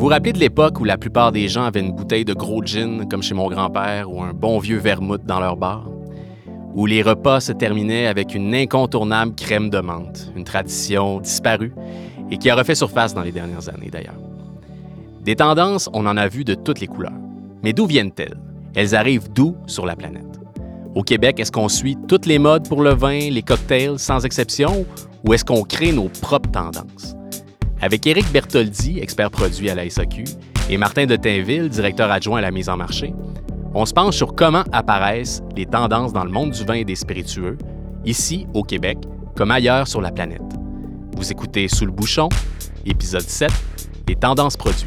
vous rappelez de l'époque où la plupart des gens avaient une bouteille de gros gin, comme chez mon grand-père, ou un bon vieux vermouth dans leur bar? Où les repas se terminaient avec une incontournable crème de menthe, une tradition disparue et qui a refait surface dans les dernières années d'ailleurs. Des tendances, on en a vu de toutes les couleurs. Mais d'où viennent-elles? Elles arrivent d'où sur la planète? Au Québec, est-ce qu'on suit toutes les modes pour le vin, les cocktails, sans exception, ou est-ce qu'on crée nos propres tendances? Avec Éric Bertoldi, expert produit à la SAQ, et Martin de Tainville, directeur adjoint à la mise en marché, on se penche sur comment apparaissent les tendances dans le monde du vin et des spiritueux, ici au Québec, comme ailleurs sur la planète. Vous écoutez Sous le bouchon, épisode 7, les tendances produits.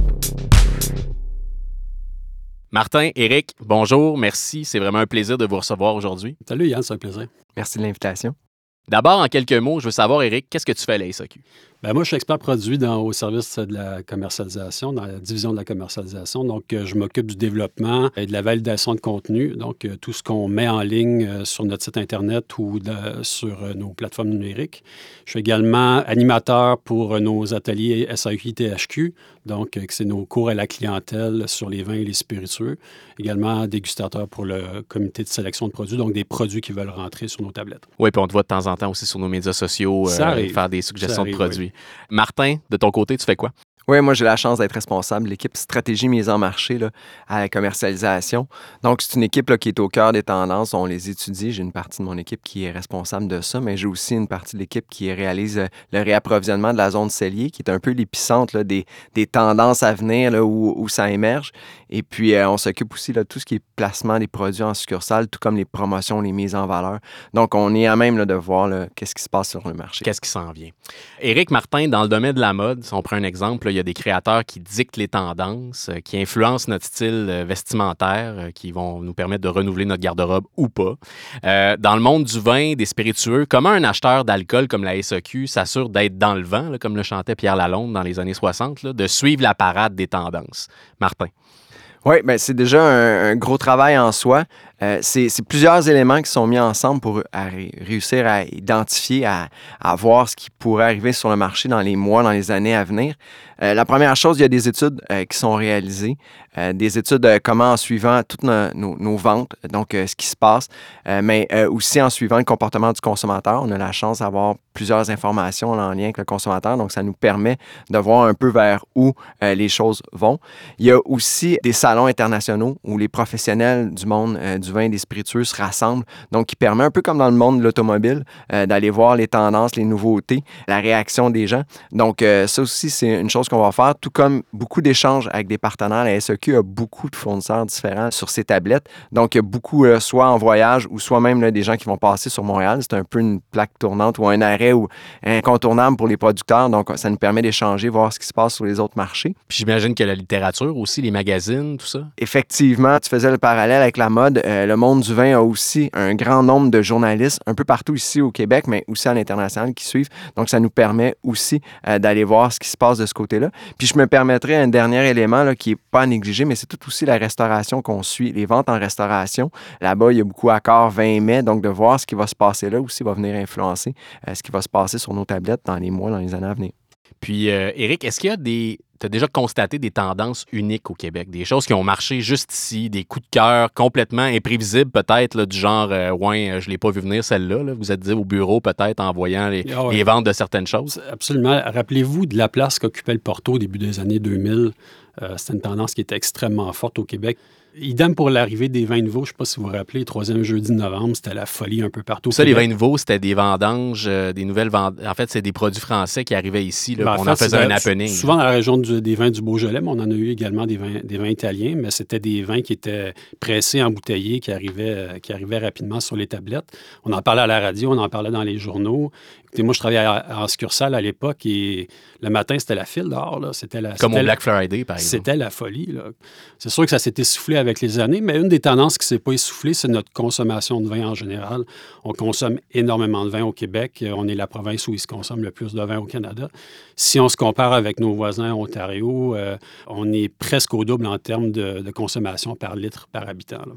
Martin, Éric, bonjour, merci. C'est vraiment un plaisir de vous recevoir aujourd'hui. Salut Yann, c'est un plaisir. Merci de l'invitation. D'abord, en quelques mots, je veux savoir, Éric, qu'est-ce que tu fais à la SAQ? Moi, je suis expert produit au service de la commercialisation, dans la division de la commercialisation. Donc, je m'occupe du développement et de la validation de contenu. Donc, tout ce qu'on met en ligne sur notre site Internet ou sur nos plateformes numériques. Je suis également animateur pour nos ateliers SAQ-THQ. Donc, c'est nos cours à la clientèle sur les vins et les spiritueux. Également dégustateur pour le comité de sélection de produits, donc des produits qui veulent rentrer sur nos tablettes. Oui, puis on te voit de temps en temps aussi sur nos médias sociaux faire des suggestions de produits. Oui. Martin, de ton côté, tu fais quoi? Oui, moi, j'ai la chance d'être responsable de l'équipe stratégie mise en marché là, à la commercialisation. Donc, c'est une équipe là, qui est au cœur des tendances. On les étudie. J'ai une partie de mon équipe qui est responsable de ça, mais j'ai aussi une partie de l'équipe qui réalise le réapprovisionnement de la zone cellier, qui est un peu l'épicentre là, des tendances à venir là, où ça émerge. Et puis, on s'occupe aussi de tout ce qui est placement des produits en succursale, tout comme les promotions, les mises en valeur. Donc, on est à même là, de voir là, qu'est-ce qui se passe sur le marché. Qu'est-ce qui s'en vient? Éric, Martin, dans le domaine de la mode, si on prend un exemple, là, il y a des créateurs qui dictent les tendances, qui influencent notre style vestimentaire, qui vont nous permettre de renouveler notre garde-robe ou pas. Dans le monde du vin, des spiritueux, comment un acheteur d'alcool comme la SAQ s'assure d'être dans le vent, là, comme le chantait Pierre Lalonde dans les années 60, là, de suivre la parade des tendances? Martin. Oui, bien, c'est déjà un gros travail en soi. C'est plusieurs éléments qui sont mis ensemble pour réussir à identifier, à voir ce qui pourrait arriver sur le marché dans les mois, dans les années à venir. La première chose, il y a des études qui sont réalisées, des études comment en suivant toutes nos ventes, donc ce qui se passe, mais aussi en suivant le comportement du consommateur. On a la chance d'avoir plusieurs informations en lien avec le consommateur, donc ça nous permet de voir un peu vers où les choses vont. Il y a aussi des salons internationaux où les professionnels du monde du vin et des spiritueux se rassemblent, donc qui permet un peu comme dans le monde de l'automobile, d'aller voir les tendances, les nouveautés, la réaction des gens. Donc ça aussi, c'est une chose qu'on va faire, tout comme beaucoup d'échanges avec des partenaires. La SAQ a beaucoup de fournisseurs différents sur ses tablettes, donc il y a beaucoup, soit en voyage ou soit même là, des gens qui vont passer sur Montréal. C'est un peu une plaque tournante ou un arrêt ou incontournable pour les producteurs, donc ça nous permet d'échanger, voir ce qui se passe sur les autres marchés. Puis j'imagine que la littérature aussi, les magazines, tout ça. Effectivement, tu faisais le parallèle avec la mode. Le monde du vin a aussi un grand nombre de journalistes, un peu partout ici au Québec, mais aussi à l'international qui suivent. Donc, ça nous permet aussi d'aller voir ce qui se passe de ce côté-là. Puis, je me permettrais un dernier élément là, qui n'est pas à négliger, mais c'est tout aussi la restauration qu'on suit, les ventes en restauration. Là-bas, il y a beaucoup accords vin et mets, donc de voir ce qui va se passer là aussi va venir influencer ce qui va se passer sur nos tablettes dans les mois, dans les années à venir. Puis, Éric, est-ce qu'il y a tu as déjà constaté des tendances uniques au Québec, des choses qui ont marché juste ici, des coups de cœur complètement imprévisibles peut-être, là, du genre, je ne l'ai pas vu venir celle-là, là. Vous êtes dit au bureau peut-être en voyant les ventes de certaines choses? Absolument. Rappelez-vous de la place qu'occupait le Porto au début des années 2000. C'était une tendance qui était extrêmement forte au Québec. Idem pour l'arrivée des vins nouveaux. Je ne sais pas si vous vous rappelez, le 3e jeudi de novembre, c'était la folie un peu partout. Ça, les vins nouveaux, c'était des vendanges, des nouvelles vendanges. En fait, c'est des produits français qui arrivaient ici. Là, on en faisait un happening. Souvent dans la région des vins du Beaujolais, mais on en a eu également des vins italiens, mais c'était des vins qui étaient pressés, embouteillés, qui arrivaient rapidement sur les tablettes. On en parlait à la radio, on en parlait dans les journaux. Écoutez, moi, je travaillais en succursale à l'époque et le matin, c'était la file dehors. Là. Comme au Black Friday, par exemple. C'était la folie. Là. C'est sûr que ça s'est essoufflé avec les années, mais une des tendances qui ne s'est pas essoufflée, c'est notre consommation de vin en général. On consomme énormément de vin au Québec. On est la province où il se consomme le plus de vin au Canada. Si on se compare avec nos voisins en Ontario, on est presque au double en termes de consommation par litre par habitant. Là.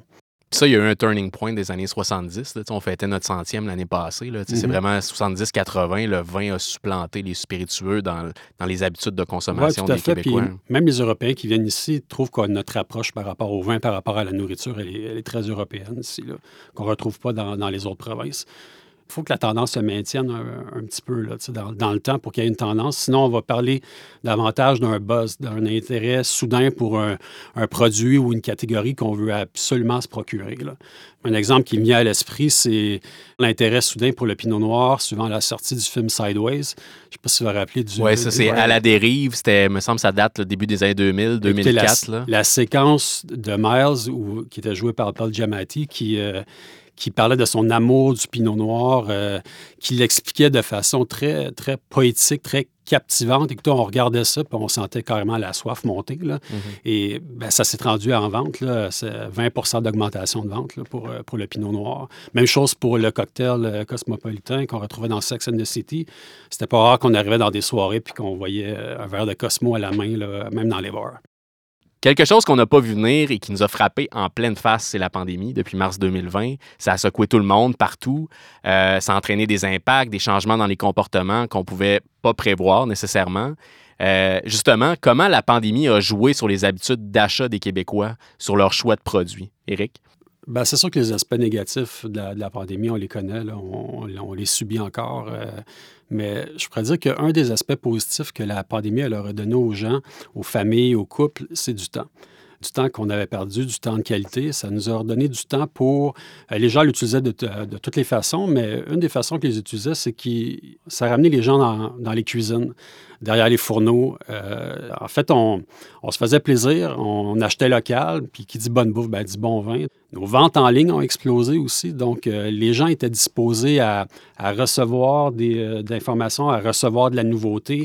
Ça, il y a eu un turning point des années 70. Là, on fêtait notre 100e l'année passée. Là, C'est vraiment 70-80, le vin a supplanté les spiritueux dans les habitudes de consommation des Québécois. Puis même les Européens qui viennent ici trouvent que notre approche par rapport au vin, par rapport à la nourriture, elle est très européenne ici, là, qu'on ne retrouve pas dans les autres provinces. Il faut que la tendance se maintienne un petit peu là, dans le temps pour qu'il y ait une tendance. Sinon, on va parler davantage d'un buzz, d'un intérêt soudain pour un produit ou une catégorie qu'on veut absolument se procurer. Là. Un exemple qui me vient à l'esprit, c'est l'intérêt soudain pour le pinot noir suivant la sortie du film Sideways. Je ne sais pas si vous vous rappelez du... Oui, ça, c'est À la dérive. C'était, me semble, ça date le début des années 2000, 2004. La séquence de Miles, qui était jouée par Paul Giamatti, qui parlait de son amour du pinot noir, qui l'expliquait de façon très, très poétique, très captivante. Écoutez, on regardait ça, puis on sentait carrément la soif monter. Là. Et ça s'est traduit en vente. Là. C'est 20 d'augmentation de vente là, pour le pinot noir. Même chose pour le cocktail cosmopolitain qu'on retrouvait dans Sex and the City. C'était pas rare qu'on arrivait dans des soirées puis qu'on voyait un verre de Cosmo à la main, là, même dans les bars. Quelque chose qu'on n'a pas vu venir et qui nous a frappé en pleine face, c'est la pandémie depuis mars 2020. Ça a secoué tout le monde partout. Ça a entraîné des impacts, des changements dans les comportements qu'on ne pouvait pas prévoir nécessairement. Justement, comment la pandémie a joué sur les habitudes d'achat des Québécois, sur leur choix de produits? Éric? Bien, c'est sûr que les aspects négatifs de la pandémie, on les connaît, là, on les subit encore. Mais je pourrais dire qu'un des aspects positifs que la pandémie elle leur a donné aux gens, aux familles, aux couples, c'est du temps. Du temps qu'on avait perdu, du temps de qualité. Ça nous a redonné du temps pour... les gens l'utilisaient de toutes les façons, mais une des façons qu'ils utilisaient, c'est que ça ramenait les gens dans les cuisines, derrière les fourneaux. En fait, on se faisait plaisir, on achetait local, puis qui dit bonne bouffe, dit bon vin. Nos ventes en ligne ont explosé aussi, donc les gens étaient disposés à recevoir d'informations, à recevoir de la nouveauté,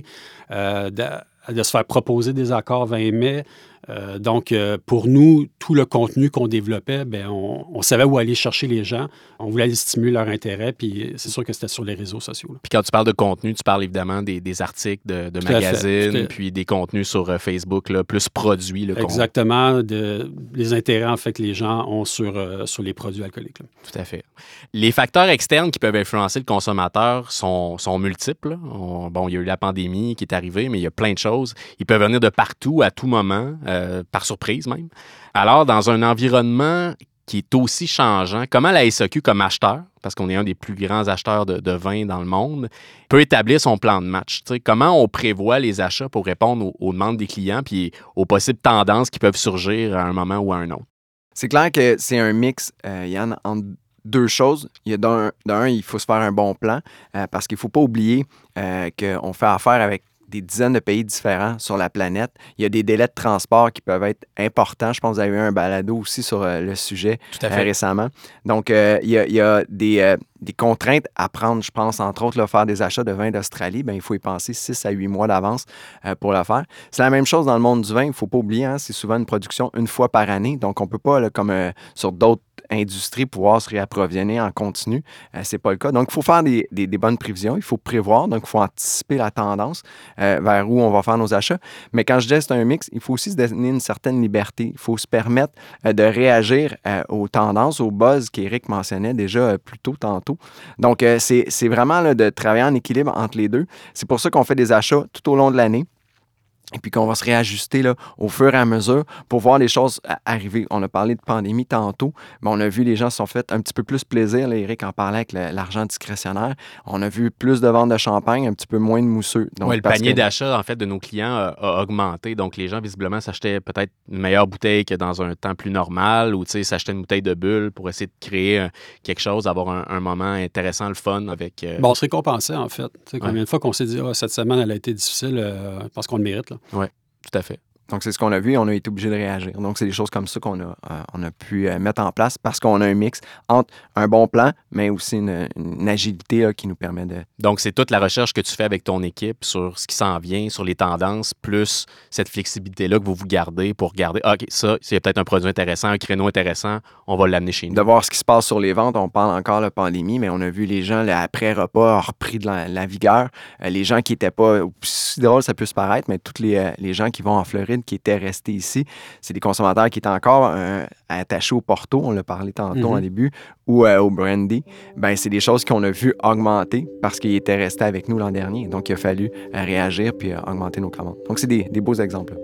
de se faire proposer des accords 20 mai. Donc, pour nous, tout le contenu qu'on développait, on savait où aller chercher les gens. On voulait aller stimuler leur intérêt, puis c'est sûr que c'était sur les réseaux sociaux. Là. Puis quand tu parles de contenu, tu parles évidemment des articles de magazines, puis des contenus sur Facebook, là, plus produits. Là, exactement, les intérêts en fait que les gens ont sur les produits alcooliques. Là. Tout à fait. Les facteurs externes qui peuvent influencer le consommateur sont multiples. Il y a eu la pandémie qui est arrivée, mais il y a plein de choses. Ils peuvent venir de partout, à tout moment. Par surprise même. Alors, dans un environnement qui est aussi changeant, comment la SAQ, comme acheteur, parce qu'on est un des plus grands acheteurs de vin dans le monde, peut établir son plan de match? T'sais, comment on prévoit les achats pour répondre aux demandes des clients puis aux possibles tendances qui peuvent surgir à un moment ou à un autre? C'est clair que c'est un mix, Yann, entre deux choses. Il y a d'un, il faut se faire un bon plan parce qu'il ne faut pas oublier qu'on fait affaire avec des dizaines de pays différents sur la planète. Il y a des délais de transport qui peuvent être importants. Je pense que vous avez eu un balado aussi sur le sujet récemment. Donc, il y a des contraintes à prendre, je pense, entre autres, là, faire des achats de vin d'Australie, il faut y penser 6 à 8 mois d'avance pour le faire. C'est la même chose dans le monde du vin. Il ne faut pas oublier, c'est souvent une production une fois par année. Donc, on ne peut pas, là, comme sur d'autres industries, pouvoir se réapprovisionner en continu. C'est pas le cas. Donc, il faut faire des bonnes prévisions. Il faut prévoir. Donc, il faut anticiper la tendance vers où on va faire nos achats. Mais quand je dis c'est un mix, il faut aussi se donner une certaine liberté. Il faut se permettre de réagir aux tendances, au buzz qu'Éric mentionnait déjà plus tôt tantôt. Donc, c'est vraiment là, de travailler en équilibre entre les deux. C'est pour ça qu'on fait des achats tout au long de l'année. Et puis qu'on va se réajuster là, au fur et à mesure pour voir les choses arriver. On a parlé de pandémie tantôt, mais on a vu les gens se sont fait un petit peu plus plaisir. Là, Éric en parlait avec l'argent discrétionnaire. On a vu plus de ventes de champagne, un petit peu moins de mousseux. Oui, le panier d'achat en fait, de nos clients a augmenté. Donc, les gens, visiblement, s'achetaient peut-être une meilleure bouteille que dans un temps plus normal ou s'achetaient une bouteille de bulle pour essayer de créer quelque chose, avoir un moment intéressant, le fun avec... on se récompensait, en fait. Combien de fois qu'on s'est dit cette semaine, elle a été difficile parce qu'on le mérite. Oui, tout à fait. Donc, c'est ce qu'on a vu et on a été obligé de réagir. Donc, c'est des choses comme ça qu'on a pu mettre en place parce qu'on a un mix entre un bon plan, mais aussi une agilité là, qui nous permet de... Donc, c'est toute la recherche que tu fais avec ton équipe sur ce qui s'en vient, sur les tendances, plus cette flexibilité-là que vous gardez pour regarder, OK, ça, c'est peut-être un produit intéressant, un créneau intéressant, on va l'amener chez nous. De voir ce qui se passe sur les ventes, on parle encore de la pandémie, mais on a vu les gens, là, après repas, ont repris de la vigueur. Les gens qui n'étaient pas... Si drôle ça peut se paraître, mais tous les gens qui vont en Floride Madrid qui étaient restés ici. C'est des consommateurs qui étaient encore attachés au Porto, on l'a parlé tantôt en début, ou au brandy. Ben, c'est des choses qu'on a vues augmenter parce qu'ils étaient restés avec nous l'an dernier. Donc, il a fallu réagir puis augmenter nos commandes. Donc, c'est des beaux exemples.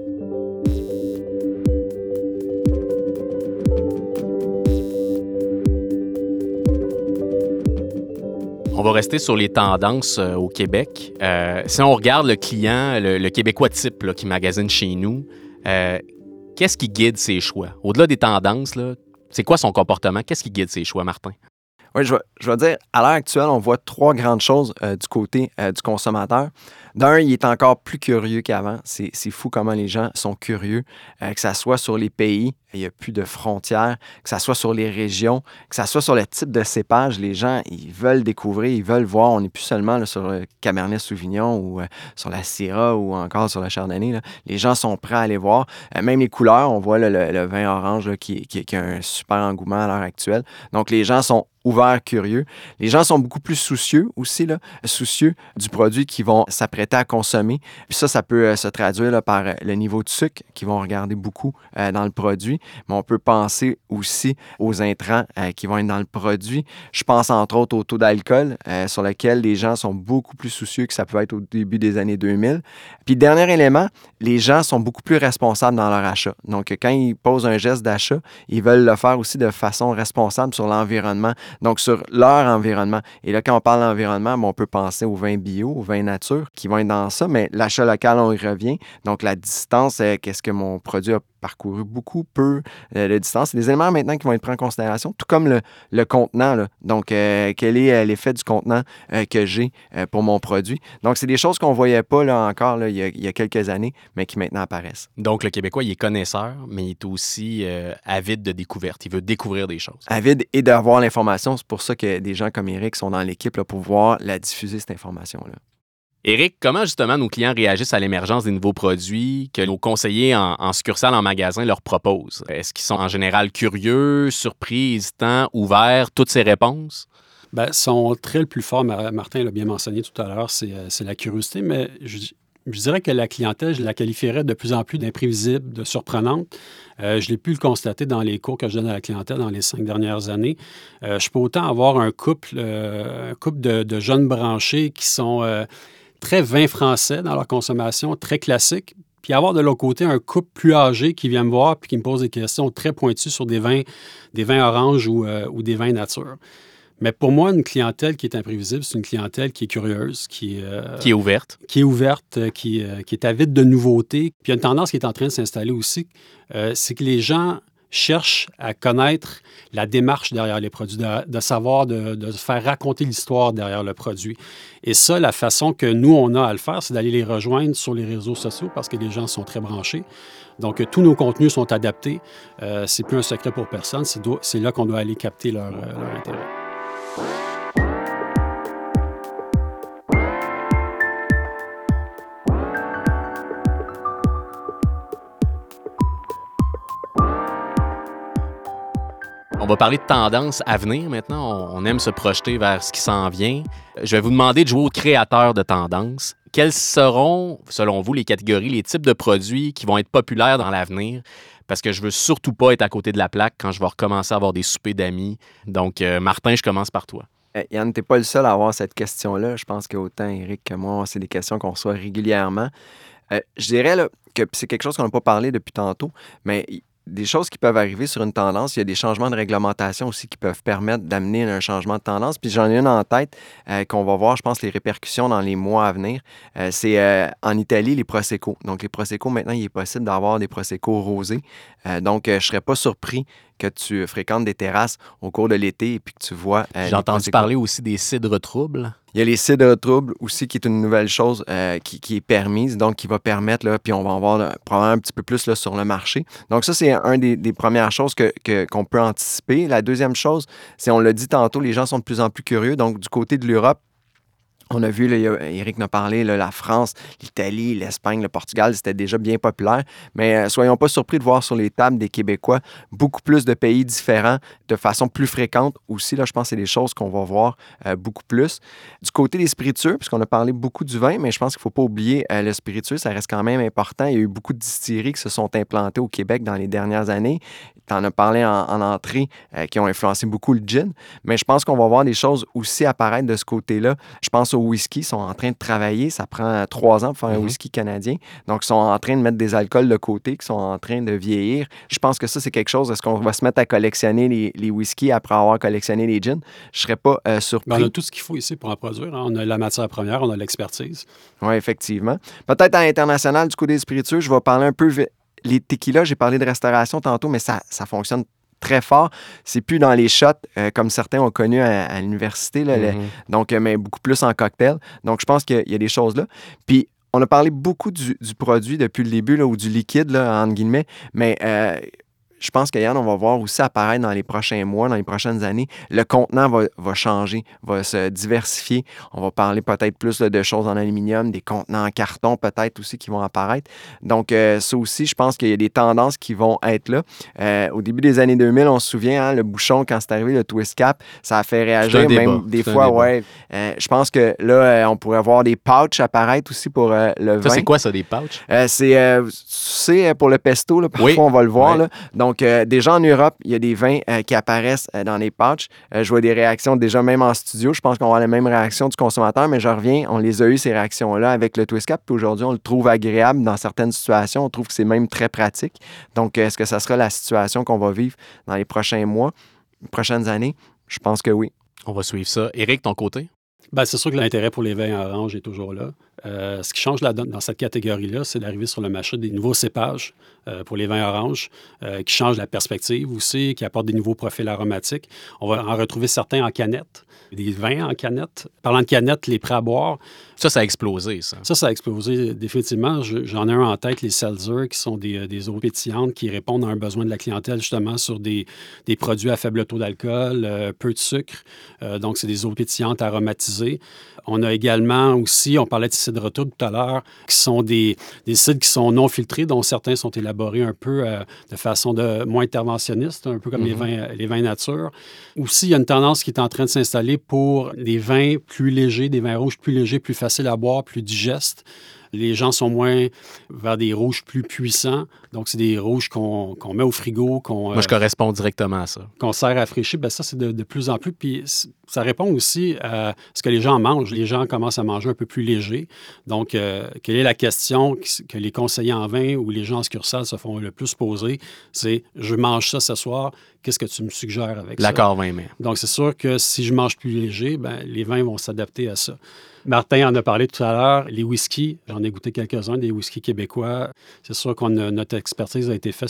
On va rester sur les tendances au Québec. Si on regarde le client, le Québécois type là, qui magasine chez nous, qu'est-ce qui guide ses choix? Au-delà des tendances, là, c'est quoi son comportement? Qu'est-ce qui guide ses choix, Martin? Oui, je vais dire, à l'heure actuelle, on voit 3 grandes choses du côté du consommateur. D'un, il est encore plus curieux qu'avant. C'est fou comment les gens sont curieux, que ça soit sur les pays, il n'y a plus de frontières, que ça soit sur les régions, que ça soit sur le type de cépage. Les gens, ils veulent découvrir, ils veulent voir. On n'est plus seulement là, sur le Cabernet Sauvignon ou sur la Syrah ou encore sur le Chardonnay. Là. Les gens sont prêts à aller voir. Même les couleurs, on voit là, le vin orange là, qui a un super engouement à l'heure actuelle. Donc, les gens sont ouverts, curieux. Les gens sont beaucoup plus soucieux aussi, là, soucieux du produit qu'ils vont s'apprêter à consommer. Puis ça peut se traduire là, par le niveau de sucre qu'ils vont regarder beaucoup dans le produit. Mais on peut penser aussi aux intrants qui vont être dans le produit. Je pense entre autres au taux d'alcool sur lequel les gens sont beaucoup plus soucieux que ça peut être au début des années 2000. Puis dernier élément, les gens sont beaucoup plus responsables dans leur achat. Donc quand ils posent un geste d'achat, ils veulent le faire aussi de façon responsable sur l'environnement. Donc, sur leur environnement. Et là, quand on parle d'environnement, on peut penser aux vins bio, aux vins nature qui vont être dans ça, mais l'achat local, on y revient. Donc, la distance, qu'est-ce que mon produit a parcouru beaucoup, peu de distance. C'est des éléments maintenant qui vont être pris en considération, tout comme le contenant. Là. Donc, quel est l'effet du contenant que j'ai pour mon produit? Donc, c'est des choses qu'on ne voyait pas là, encore là, il y a quelques années, mais qui maintenant apparaissent. Donc, le Québécois, il est connaisseur, mais il est aussi avide de découverte. Il veut découvrir des choses. Avide et d'avoir l'information. C'est pour ça que des gens comme Éric sont dans l'équipe là, pour pouvoir la diffuser, cette information-là. Éric, comment justement nos clients réagissent à l'émergence des nouveaux produits que nos conseillers en succursale, en magasin leur proposent? Est-ce qu'ils sont en général curieux, surpris, hésitants, ouverts, toutes ces réponses? Bien, son trait le plus fort, Martin l'a bien mentionné tout à l'heure, c'est la curiosité, mais je dirais que la clientèle, je la qualifierais de plus en plus d'imprévisible, de surprenante. Je l'ai pu le constater dans les cours que je donne à la clientèle dans les 5 dernières années. Je peux autant avoir un couple de jeunes branchés qui sont très vins français dans leur consommation, très classique, puis avoir de l'autre côté un couple plus âgé qui vient me voir puis qui me pose des questions très pointues sur des vins oranges ou des vins nature. Mais pour moi, une clientèle qui est imprévisible, c'est une clientèle qui est curieuse, qui est ouverte. Qui est avide de nouveautés. Puis il y a une tendance qui est en train de s'installer aussi, c'est que les gens cherchent à connaître la démarche derrière les produits, de savoir, de faire raconter l'histoire derrière le produit. Et ça, la façon que nous, on a à le faire, c'est d'aller les rejoindre sur les réseaux sociaux parce que les gens sont très branchés. Donc, tous nos contenus sont adaptés. C'est plus un secret pour personne. C'est là qu'on doit aller capter leur intérêt. On va parler de tendances à venir maintenant. On aime se projeter vers ce qui s'en vient. Je vais vous demander de jouer aux créateurs de tendances. Quelles seront, selon vous, les catégories, les types de produits qui vont être populaires dans l'avenir? Parce que je veux surtout pas être à côté de la plaque quand je vais recommencer à avoir des soupers d'amis. Donc, Martin, je commence par toi. Yann, t'es pas le seul à avoir cette question-là. Je pense qu'autant Éric que moi, c'est des questions qu'on reçoit régulièrement. Je dirais là, que c'est quelque chose qu'on n'a pas parlé depuis tantôt, mais des choses qui peuvent arriver sur une tendance, il y a des changements de réglementation aussi qui peuvent permettre d'amener un changement de tendance. Puis j'en ai une en tête qu'on va voir, je pense, les répercussions dans les mois à venir. C'est en Italie, les Prosecco. Donc, les Prosecco, maintenant, il est possible d'avoir des Prosecco rosés. Donc, je ne serais pas surpris que tu fréquentes des terrasses au cours de l'été et puis que tu vois... J'ai entendu parler aussi des cidres troubles. Il y a les cidres troubles aussi, qui est une nouvelle chose qui est permise, donc qui va permettre, là, puis on va en voir probablement un petit peu plus là, sur le marché. Donc ça, c'est un des premières choses qu'on peut anticiper. La deuxième chose, c'est, on l'a dit tantôt, les gens sont de plus en plus curieux. Donc du côté de l'Europe, On a vu, là, Éric en a parlé, là, la France, l'Italie, l'Espagne, le Portugal, c'était déjà bien populaire. Mais soyons pas surpris de voir sur les tables des Québécois beaucoup plus de pays différents de façon plus fréquente aussi. Là, je pense que c'est des choses qu'on va voir beaucoup plus. Du côté des spiritueux, puisqu'on a parlé beaucoup du vin, mais je pense qu'il ne faut pas oublier le spiritueux, ça reste quand même important. Il y a eu beaucoup de distilleries qui se sont implantées au Québec dans les dernières années. Tu en as parlé en entrée, qui ont influencé beaucoup le gin. Mais je pense qu'on va voir des choses aussi apparaître de ce côté-là. Je pense au whisky, ils sont en train de travailler. Ça prend 3 ans pour faire un whisky canadien. Donc, ils sont en train de mettre des alcools de côté qui sont en train de vieillir. Je pense que ça, c'est quelque chose. Est-ce qu'on va se mettre à collectionner les whiskies après avoir collectionné les gins? Je ne serais pas surpris. On a tout ce qu'il faut ici pour en produire. Hein. On a la matière première, on a l'expertise. Oui, effectivement. Peut-être à l'international, du côté des spiritueux, je vais parler un peu... Les tequilas, j'ai parlé de restauration tantôt, mais ça fonctionne très fort. C'est plus dans les shots, comme certains ont connu à l'université, là, donc, mais beaucoup plus en cocktail. Donc, je pense qu'il y a des choses là. Puis, on a parlé beaucoup du produit depuis le début, là, ou du liquide, là, entre guillemets, mais je pense qu'Yann, on va voir aussi apparaître dans les prochains mois, dans les prochaines années, le contenant va changer, va se diversifier. On va parler peut-être plus là, de choses en aluminium, des contenants en carton peut-être aussi qui vont apparaître. Donc, ça aussi, je pense qu'il y a des tendances qui vont être là. Au début des années 2000, on se souvient, hein, le bouchon, quand c'est arrivé, le twist cap, ça a fait réagir. Même des fois, ouais. Je pense que là, on pourrait voir des pouches apparaître aussi pour le vin. Ça, c'est quoi ça, des pouches? C'est pour le pesto, là, parfois on va le voir. Là. Donc, déjà en Europe, il y a des vins qui apparaissent dans les pouches. Je vois des réactions déjà même en studio. Je pense qu'on va avoir la même réaction du consommateur, mais je reviens, on les a eu ces réactions-là avec le twist cap. Puis aujourd'hui, on le trouve agréable dans certaines situations. On trouve que c'est même très pratique. Donc, est-ce que ça sera la situation qu'on va vivre dans les prochains mois, les prochaines années? Je pense que oui. On va suivre ça. Éric, ton côté? Bien, c'est sûr que l'intérêt pour les vins oranges est toujours là. Ce qui change la donne dans cette catégorie-là, c'est d'arriver sur le marché des nouveaux cépages pour les vins oranges, qui changent la perspective aussi, qui apportent des nouveaux profils aromatiques. On va en retrouver certains en canette, des vins en canette. Parlant de canette, les prêts à boire. Ça a explosé, ça. Ça a explosé définitivement. J'en ai un en tête, les seltzer, qui sont des eaux pétillantes qui répondent à un besoin de la clientèle, justement, sur des produits à faible taux d'alcool, peu de sucre. Donc, c'est des eaux pétillantes aromatisées. On a également aussi, on parlait de cidre retour tout à l'heure, qui sont des cidres qui sont non filtrés, dont certains sont élaborés un peu de façon moins interventionniste, un peu comme les vins nature. Aussi, il y a une tendance qui est en train de s'installer pour des vins plus légers, des vins rouges plus légers, plus faciles à boire, plus digestes. Les gens sont moins vers des rouges plus puissants. Donc, c'est des rouges qu'on met au frigo. Moi, je corresponds directement à ça. Qu'on sert à rafraîchir. Bien, ça, c'est de plus en plus. Puis, ça répond aussi à ce que les gens mangent. Les gens commencent à manger un peu plus léger. Donc, quelle est la question que les conseillers en vin ou les gens en succursale se font le plus poser? C'est « Je mange ça ce soir. Qu'est-ce que tu me suggères avec ça? » L'accord vin, mais. Donc, c'est sûr que si je mange plus léger, bien, les vins vont s'adapter à ça. Martin en a parlé tout à l'heure. Les whiskies, j'en ai goûté quelques-uns, des whiskies québécois. C'est sûr que notre expertise a été faite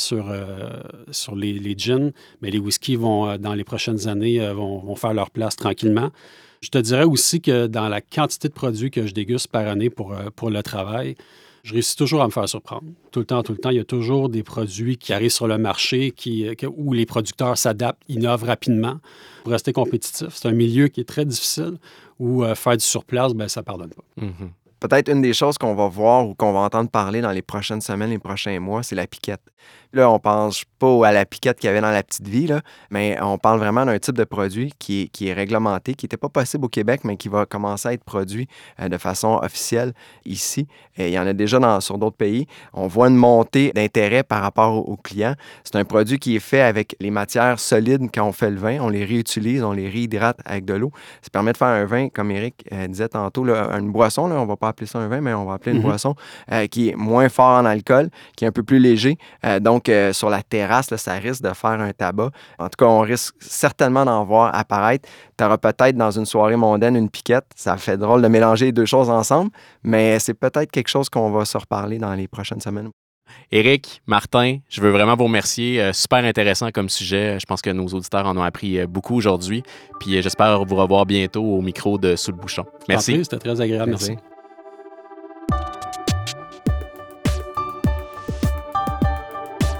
sur les gins, mais les whiskies vont, dans les prochaines années, vont faire leur place tranquillement. Je te dirais aussi que dans la quantité de produits que je déguste par année pour le travail, je réussis toujours à me faire surprendre. Tout le temps, il y a toujours des produits qui arrivent sur le marché où les producteurs s'adaptent, innovent rapidement pour rester compétitifs. C'est un milieu qui est très difficile où faire du surplace, bien, ça ne pardonne pas. Mm-hmm. Peut-être une des choses qu'on va voir ou qu'on va entendre parler dans les prochaines semaines, les prochains mois, c'est la piquette. Là, on pense pas à la piquette qu'il y avait dans la petite vie, là, mais on parle vraiment d'un type de produit qui est réglementé, qui n'était pas possible au Québec, mais qui va commencer à être produit de façon officielle ici. Et il y en a déjà sur d'autres pays. On voit une montée d'intérêt par rapport aux clients. C'est un produit qui est fait avec les matières solides quand on fait le vin. On les réutilise, on les réhydrate avec de l'eau. Ça permet de faire un vin, comme Éric disait tantôt, là, une boisson, là, on va pas appeler ça un vin, mais on va appeler une boisson qui est moins fort en alcool, qui est un peu plus léger. Donc, sur la terrasse, là, ça risque de faire un tabac. En tout cas, on risque certainement d'en voir apparaître. Tu auras peut-être dans une soirée mondaine une piquette. Ça fait drôle de mélanger les deux choses ensemble, mais c'est peut-être quelque chose qu'on va se reparler dans les prochaines semaines. Éric, Martin, je veux vraiment vous remercier. Super intéressant comme sujet. Je pense que nos auditeurs en ont appris beaucoup aujourd'hui. Puis j'espère vous revoir bientôt au micro de Sous le bouchon. Merci. C'était très agréable. Merci.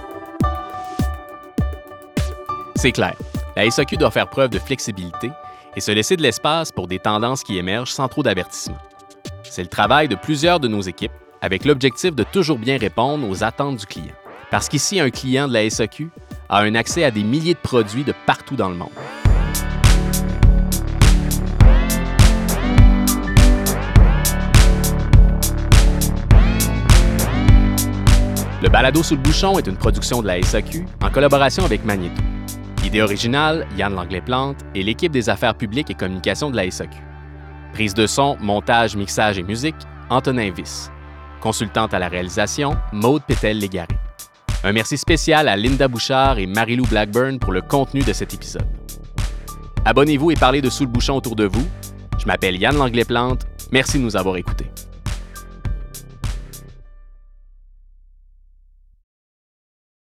C'est clair. La SAQ doit faire preuve de flexibilité et se laisser de l'espace pour des tendances qui émergent sans trop d'avertissement. C'est le travail de plusieurs de nos équipes, avec l'objectif de toujours bien répondre aux attentes du client. Parce qu'ici, un client de la SAQ a un accès à des milliers de produits de partout dans le monde. Le balado Sous le bouchon est une production de la SAQ en collaboration avec Magnéto. Idée originale, Yann Langlais-Plante et l'équipe des affaires publiques et communications de la SAQ. Prise de son, montage, mixage et musique, Antonin Vyss. Consultante à la réalisation, Maude Pétel-Légaré. Un merci spécial à Linda Bouchard et Marie-Lou Blackburn pour le contenu de cet épisode. Abonnez-vous et parlez de Sous le bouchon autour de vous. Je m'appelle Yann Langlais-Plante. Merci de nous avoir écoutés.